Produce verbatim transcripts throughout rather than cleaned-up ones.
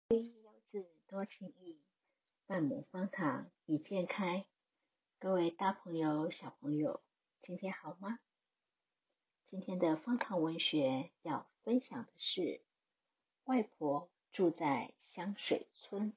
字多情意，半亩方塘一鉴开。各位大朋友、小朋友，今天好吗？今天的方塘文学要分享的是外婆住在香水村。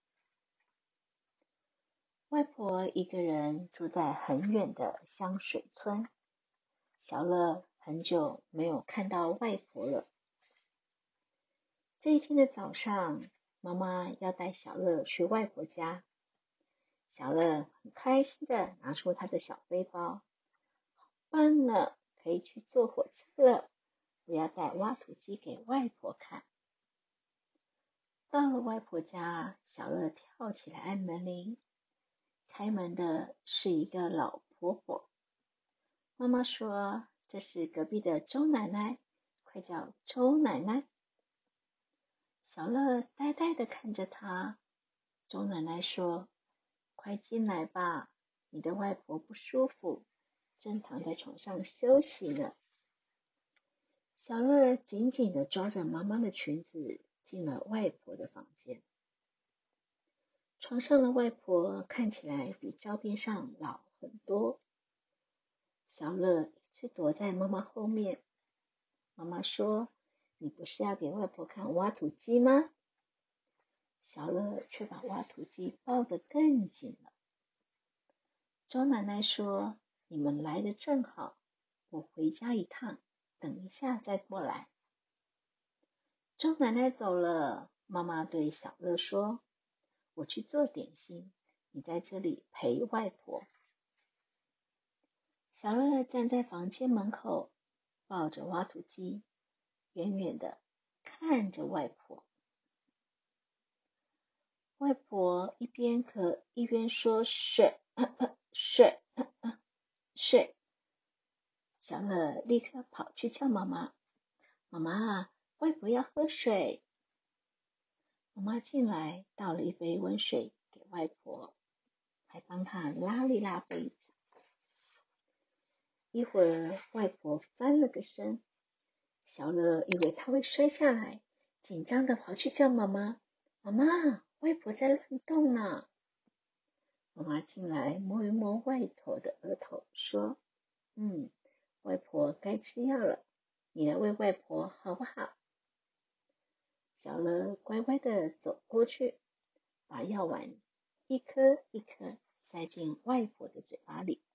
外婆一个人住在很远的香水村，小乐很久没有看到外婆了。这一天的早上，妈妈要带小乐去外婆家。小乐很开心的拿出他的小背包，好棒了，可以去坐火车了。我要带挖土机给外婆看。到了外婆家，小乐跳起来按门铃。开门的是一个老婆婆。妈妈说：“这是隔壁的周奶奶，快叫周奶奶。”小乐呆呆的看着她。周奶奶说：“快进来吧，你的外婆不舒服，正躺在床上休息呢。”小乐紧紧的抓着妈妈的裙子，进了外婆的房间。床上的外婆看起来比照片上老很多。小乐一直躲在妈妈后面。妈妈说：“你不是要给外婆看挖土机吗？”小乐却把挖土机抱得更紧了。周奶奶说：“你们来得正好，我回家一趟，等一下再过来。”周奶奶走了，妈妈对小乐说：“我去做点心，你在这里陪外婆。”小乐站在房间门口，抱着挖土机，远远的看着外婆。外婆一边咳一边说：“水，水，水。”小乐立刻跑去叫妈妈：“妈妈，外婆要喝水。”妈妈进来倒了一杯温水给外婆，还帮她拉了拉被子。一会儿，外婆翻了个身，小乐以为她会摔下来，紧张的跑去叫妈妈：“妈妈，外婆在乱动呢。”妈妈进来摸一摸外婆的额头，说：“嗯，外婆该吃药了，你来喂外婆好不好？”小乐乖乖的走过去，把药丸一颗一颗塞进外婆的嘴巴里。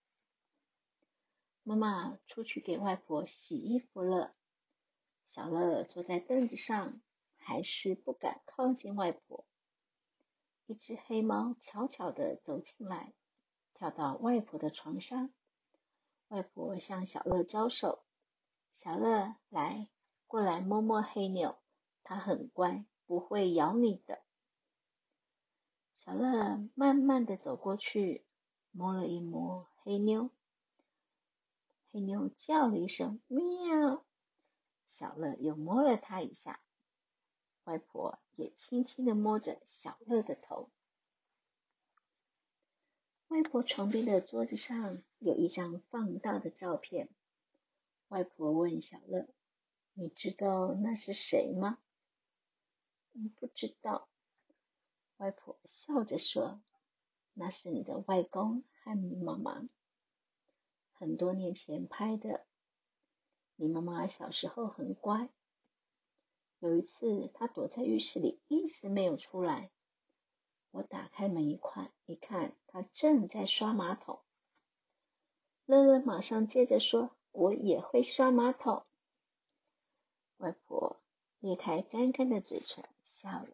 妈妈出去给外婆洗衣服了。小乐坐在凳子上，还是不敢靠近外婆。一只黑猫悄悄地走进来，跳到外婆的床上。外婆向小乐招手：“小乐，来，过来摸摸黑妞，它很乖，不会咬你的。”小乐慢慢地走过去，摸了一摸黑妞。黑妞叫了一声喵，小乐又摸了它一下。外婆也轻轻地摸着小乐的头。外婆床边的桌子上有一张放大的照片。外婆问小乐：“你知道那是谁吗？”“嗯，不知道。”外婆笑着说：“那是你的外公和你妈妈，很多年前拍的。你妈妈小时候很乖，有一次她躲在浴室里一直没有出来，我打开门一看，一看她正在刷马桶。”乐乐马上接着说：“我也会刷马桶。”外婆裂开干干的嘴唇笑了。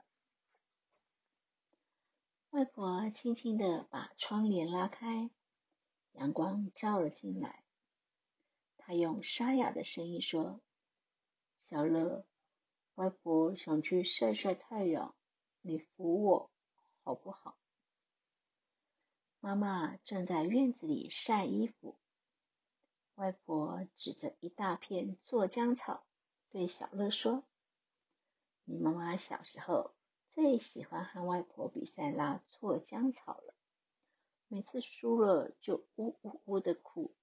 外婆轻轻地把窗帘拉开，阳光照了进来。她用沙哑的声音说：“小乐，外婆想去晒晒太阳，你扶我好不好？”妈妈正在院子里晒衣服。外婆指着一大片做浆草，对小乐说：“你妈妈小时候最喜欢和外婆比赛拉做浆草了，每次输了就呜呜呜的哭。”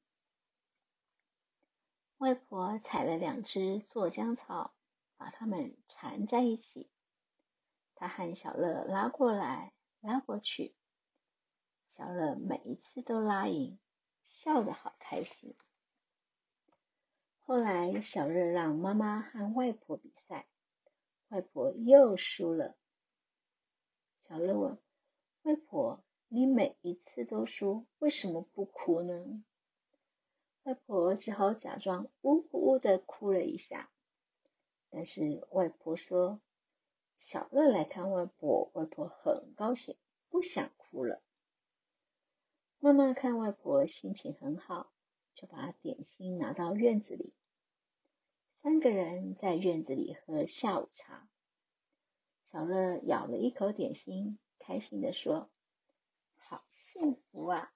外婆采了两只做浆草，把它们缠在一起。 和小乐拉过来拉过去，小乐每一次都拉赢，笑得好开心。后来小乐让妈妈和外婆比赛，外婆又输了。小乐问外婆，你每一次都输，为什么不哭呢？外婆只好假装呜呜的哭了一下。但是外婆说，小乐来看外婆，外婆很高兴，不想哭了。妈妈看外婆心情很好，就把点心拿到院子里。三个人在院子里喝下午茶。小乐咬了一口点心，开心地说，好幸福啊！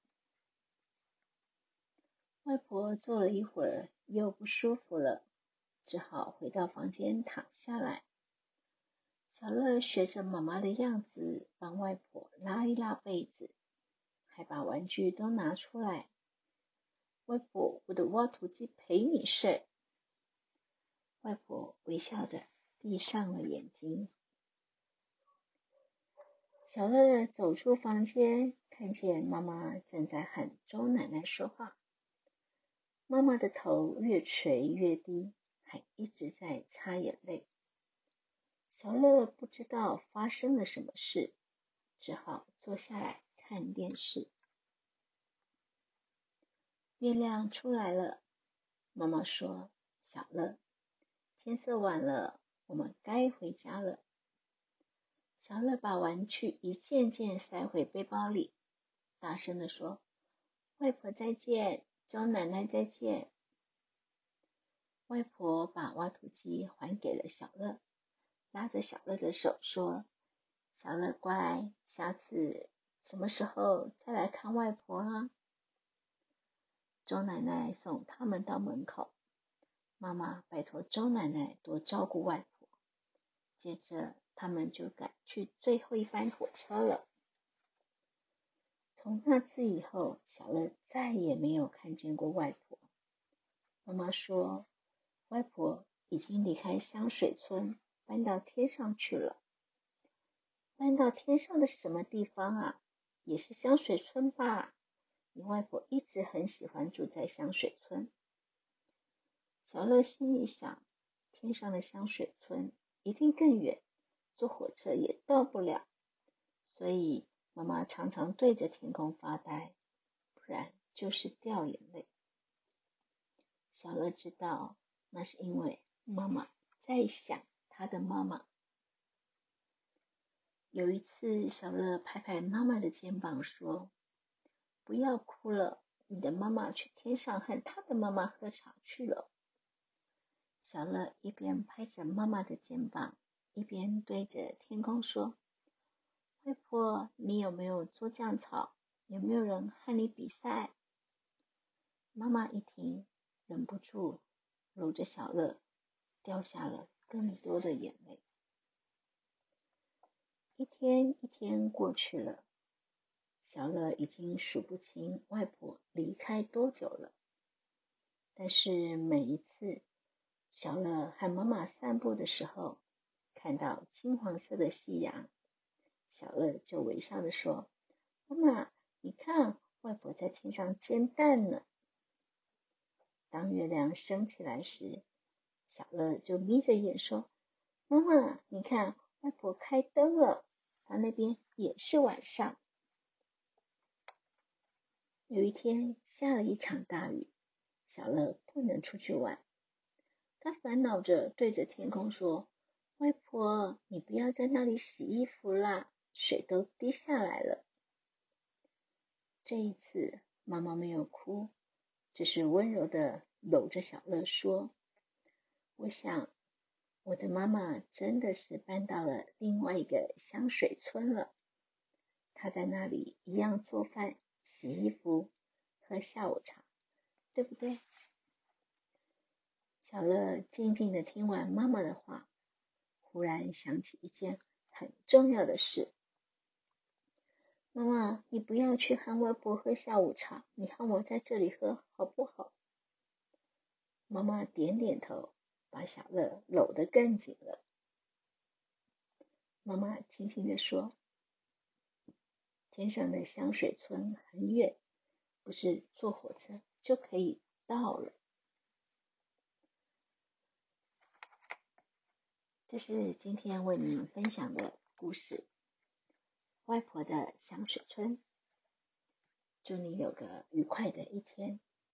外婆坐了一会儿，又不舒服了，只好回到房间躺下来。小乐学着妈妈的样子，帮外婆拉一拉被子，还把玩具都拿出来。外婆，我的挖土机陪你睡。外婆微笑的闭上了眼睛。小乐走出房间，看见妈妈正在和周奶奶说话。妈妈的头越垂越低，还一直在擦眼泪。小乐不知道发生了什么事，只好坐下来看电视。月亮出来了，妈妈说，小乐，天色晚了，我们该回家了。小乐把玩具一件件塞回背包里，大声地说，外婆再见，周奶奶再见。外婆把挖土机还给了小乐，拉着小乐的手说，小乐乖，下次什么时候再来看外婆啊？周奶奶送他们到门口，妈妈拜托周奶奶多照顾外婆，接着他们就赶去最后一班火车了。从那次以后，小乐再也没有看见过外婆。妈妈说，外婆已经离开香水村，搬到天上去了。搬到天上的什么地方啊？也是香水村吧？你外婆一直很喜欢住在香水村。小乐心里想，天上的香水村一定更远，坐火车也到不了，所以妈妈常常对着天空发呆，不然就是掉眼泪。小乐知道，那是因为妈妈在想她的妈妈。有一次，小乐拍拍妈妈的肩膀说，不要哭了，你的妈妈去天上和她的妈妈喝茶去了。小乐一边拍着妈妈的肩膀，一边对着天空说，外婆，你有没有捉酱草？有没有人和你比赛？妈妈一听，忍不住搂着小乐，掉下了更多的眼泪。一天一天过去了，小乐已经数不清外婆离开多久了。但是每一次小乐和妈妈散步的时候，看到金黄色的夕阳，小乐就微笑地说，妈妈，你看，外婆在天上煎蛋呢。当月亮升起来时，小乐就眯着眼说，妈妈，你看，外婆开灯了，她那边也是晚上。有一天下了一场大雨，小乐不能出去玩。他烦恼着对着天空说，外婆，你不要在那里洗衣服啦，水都滴下来了。这一次妈妈没有哭，只是温柔地搂着小乐说，我想我的妈妈真的是搬到了另外一个香水村了，她在那里一样做饭、洗衣服、喝下午茶，对不对？小乐静静地听完妈妈的话，忽然想起一件很重要的事。妈妈，你不要去和外婆喝下午茶，你和我在这里喝好不好？妈妈点点头，把小乐搂得更紧了。 妈妈轻轻地说，天上的香水村很远，不是坐火车就可以到了。这是今天为你们分享的故事，外婆的香水村。祝你有个愉快的一天。